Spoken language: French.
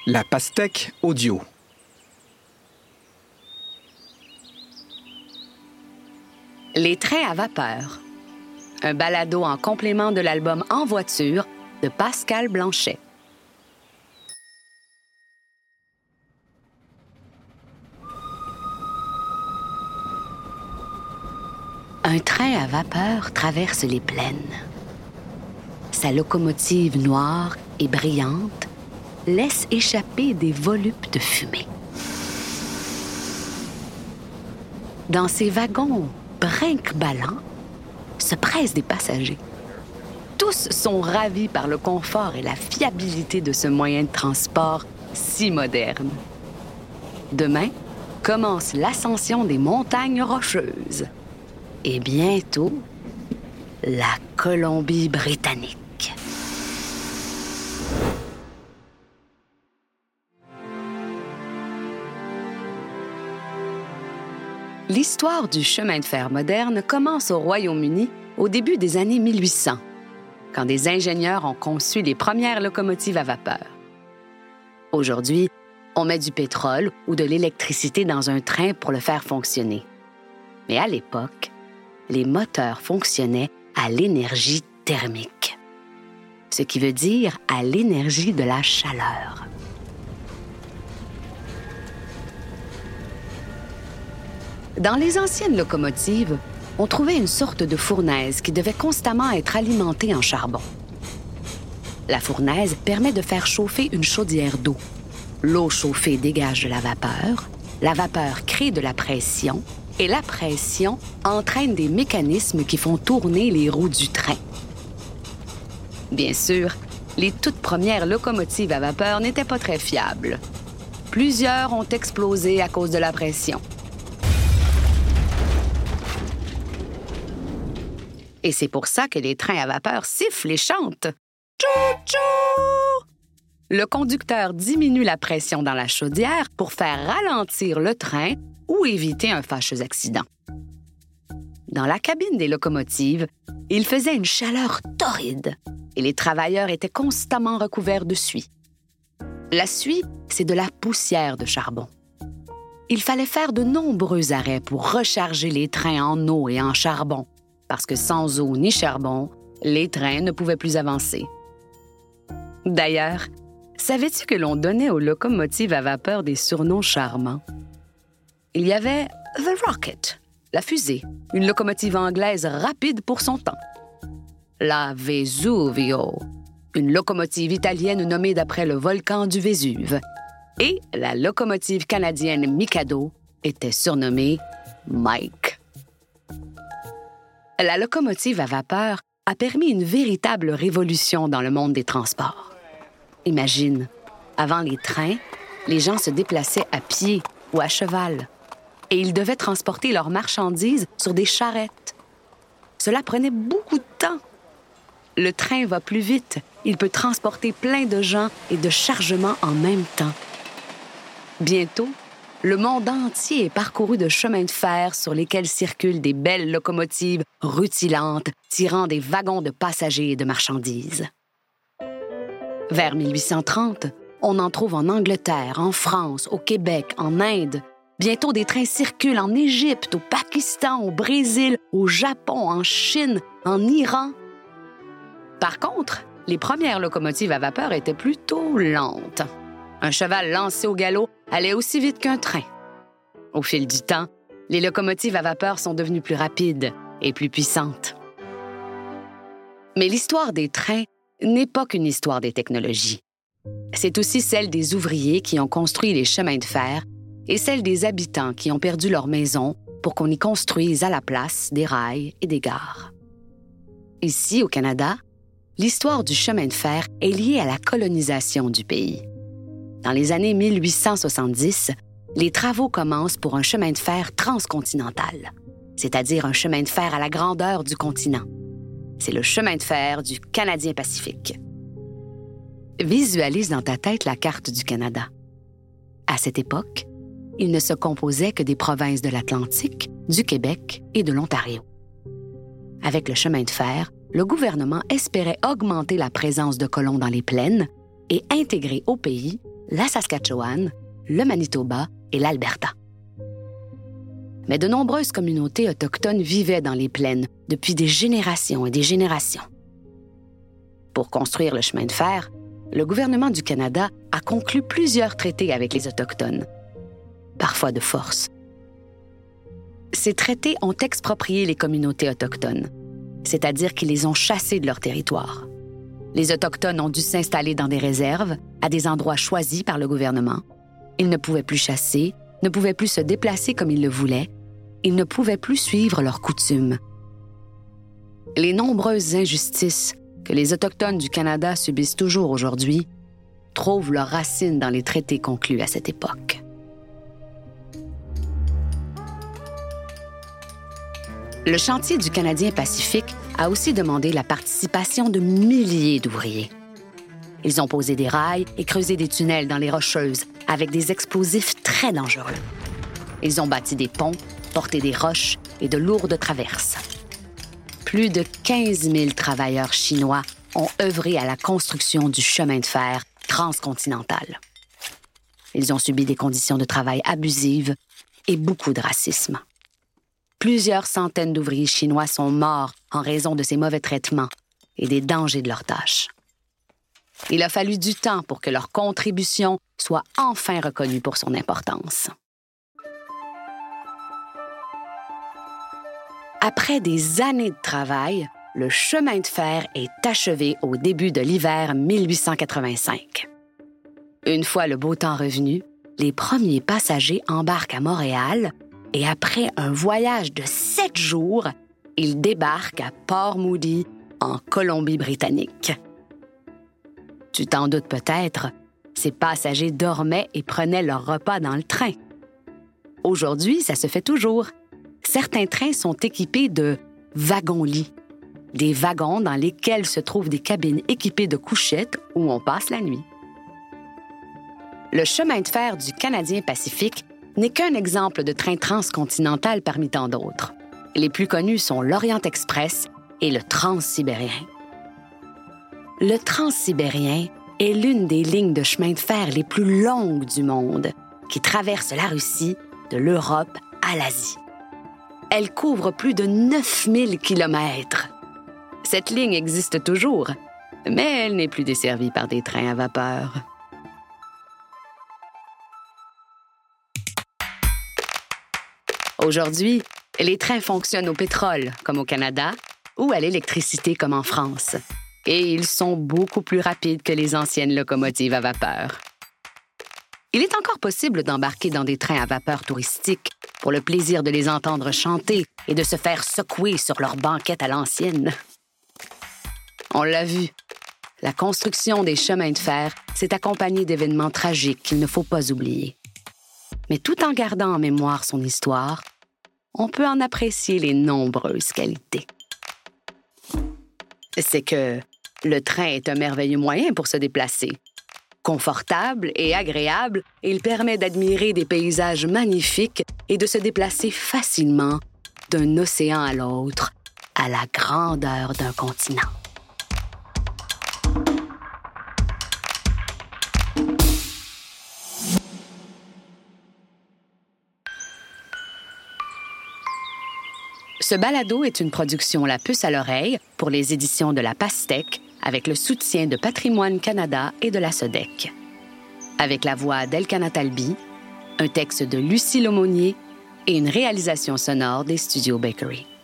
La pastèque audio. Les trains à vapeur. Un balado en complément de l'album En voiture de Pascal Blanchet. Un train à vapeur traverse les plaines. Sa locomotive noire et brillante laisse échapper des volupes de fumée. Dans ces wagons brinque-ballants se pressent des passagers. Tous sont ravis par le confort et la fiabilité de ce moyen de transport si moderne. Demain commence l'ascension des montagnes rocheuses. Et bientôt, la Colombie-Britannique. L'histoire du chemin de fer moderne commence au Royaume-Uni au début des années 1800, quand des ingénieurs ont conçu les premières locomotives à vapeur. Aujourd'hui, on met du pétrole ou de l'électricité dans un train pour le faire fonctionner. Mais à l'époque, les moteurs fonctionnaient à l'énergie thermique, ce qui veut dire à l'énergie de la chaleur. Dans les anciennes locomotives, on trouvait une sorte de fournaise qui devait constamment être alimentée en charbon. La fournaise permet de faire chauffer une chaudière d'eau. L'eau chauffée dégage de la vapeur crée de la pression, et la pression entraîne des mécanismes qui font tourner les roues du train. Bien sûr, les toutes premières locomotives à vapeur n'étaient pas très fiables. Plusieurs ont explosé à cause de la pression. Et c'est pour ça que les trains à vapeur sifflent et chantent. Tchou-tchou! Le conducteur diminue la pression dans la chaudière pour faire ralentir le train ou éviter un fâcheux accident. Dans la cabine des locomotives, il faisait une chaleur torride et les travailleurs étaient constamment recouverts de suie. La suie, c'est de la poussière de charbon. Il fallait faire de nombreux arrêts pour recharger les trains en eau et en charbon, parce que sans eau ni charbon, les trains ne pouvaient plus avancer. D'ailleurs, savais-tu que l'on donnait aux locomotives à vapeur des surnoms charmants? Il y avait The Rocket, la fusée, une locomotive anglaise rapide pour son temps. La Vesuvio, une locomotive italienne nommée d'après le volcan du Vésuve. Et la locomotive canadienne Mikado était surnommée Mike. La locomotive à vapeur a permis une véritable révolution dans le monde des transports. Imagine, avant les trains, les gens se déplaçaient à pied ou à cheval et ils devaient transporter leurs marchandises sur des charrettes. Cela prenait beaucoup de temps. Le train va plus vite. Il peut transporter plein de gens et de chargements en même temps. Bientôt, le monde entier est parcouru de chemins de fer sur lesquels circulent des belles locomotives rutilantes tirant des wagons de passagers et de marchandises. Vers 1830, on en trouve en Angleterre, en France, au Québec, en Inde. Bientôt, des trains circulent en Égypte, au Pakistan, au Brésil, au Japon, en Chine, en Iran. Par contre, les premières locomotives à vapeur étaient plutôt lentes. Un cheval lancé au galop allait aussi vite qu'un train. Au fil du temps, les locomotives à vapeur sont devenues plus rapides et plus puissantes. Mais l'histoire des trains n'est pas qu'une histoire des technologies. C'est aussi celle des ouvriers qui ont construit les chemins de fer et celle des habitants qui ont perdu leur maison pour qu'on y construise à la place des rails et des gares. Ici, au Canada, l'histoire du chemin de fer est liée à la colonisation du pays. Dans les années 1870, les travaux commencent pour un chemin de fer transcontinental, c'est-à-dire un chemin de fer à la grandeur du continent. C'est le chemin de fer du Canadien Pacifique. Visualise dans ta tête la carte du Canada. À cette époque, il ne se composait que des provinces de l'Atlantique, du Québec et de l'Ontario. Avec le chemin de fer, le gouvernement espérait augmenter la présence de colons dans les plaines et intégrer au pays la Saskatchewan, le Manitoba et l'Alberta. Mais de nombreuses communautés autochtones vivaient dans les plaines depuis des générations et des générations. Pour construire le chemin de fer, le gouvernement du Canada a conclu plusieurs traités avec les Autochtones, parfois de force. Ces traités ont exproprié les communautés autochtones, c'est-à-dire qu'ils les ont chassées de leur territoire. Les Autochtones ont dû s'installer dans des réserves, à des endroits choisis par le gouvernement. Ils ne pouvaient plus chasser, ne pouvaient plus se déplacer comme ils le voulaient. Ils ne pouvaient plus suivre leurs coutumes. Les nombreuses injustices que les Autochtones du Canada subissent toujours aujourd'hui trouvent leurs racines dans les traités conclus à cette époque. Le chantier du Canadien Pacifique a aussi demandé la participation de milliers d'ouvriers. Ils ont posé des rails et creusé des tunnels dans les Rocheuses avec des explosifs très dangereux. Ils ont bâti des ponts, porté des roches et de lourdes traverses. Plus de 15 000 travailleurs chinois ont œuvré à la construction du chemin de fer transcontinental. Ils ont subi des conditions de travail abusives et beaucoup de racisme. Plusieurs centaines d'ouvriers chinois sont morts en raison de ces mauvais traitements et des dangers de leurs tâches. Il a fallu du temps pour que leur contribution soit enfin reconnue pour son importance. Après des années de travail, le chemin de fer est achevé au début de l'hiver 1885. Une fois le beau temps revenu, les premiers passagers embarquent à Montréal et après un voyage de 7 jours, ils débarquent à Port Moody, en Colombie-Britannique. Tu t'en doutes peut-être, ces passagers dormaient et prenaient leur repas dans le train. Aujourd'hui, ça se fait toujours. Certains trains sont équipés de wagons-lits, des wagons dans lesquels se trouvent des cabines équipées de couchettes où on passe la nuit. Le chemin de fer du Canadien Pacifique n'est qu'un exemple de train transcontinental parmi tant d'autres. Les plus connus sont l'Orient Express et le Transsibérien. Le Transsibérien est l'une des lignes de chemin de fer les plus longues du monde, qui traverse la Russie, de l'Europe à l'Asie. Elle couvre plus de 9000 kilomètres. Cette ligne existe toujours, mais elle n'est plus desservie par des trains à vapeur. Aujourd'hui, les trains fonctionnent au pétrole, comme au Canada, ou à l'électricité, comme en France. Et ils sont beaucoup plus rapides que les anciennes locomotives à vapeur. Il est encore possible d'embarquer dans des trains à vapeur touristiques pour le plaisir de les entendre chanter et de se faire secouer sur leur banquette à l'ancienne. On l'a vu, la construction des chemins de fer s'est accompagnée d'événements tragiques qu'il ne faut pas oublier. Mais tout en gardant en mémoire son histoire, on peut en apprécier les nombreuses qualités. C'est que le train est un merveilleux moyen pour se déplacer. Confortable et agréable, il permet d'admirer des paysages magnifiques et de se déplacer facilement d'un océan à l'autre, à la grandeur d'un continent. Ce balado est une production La Puce à l'oreille pour les éditions de La Pastèque avec le soutien de Patrimoine Canada et de la SODEC. Avec la voix d'Elkana Talbi, un texte de Lucie Lemonnier et une réalisation sonore des Studios Bakery.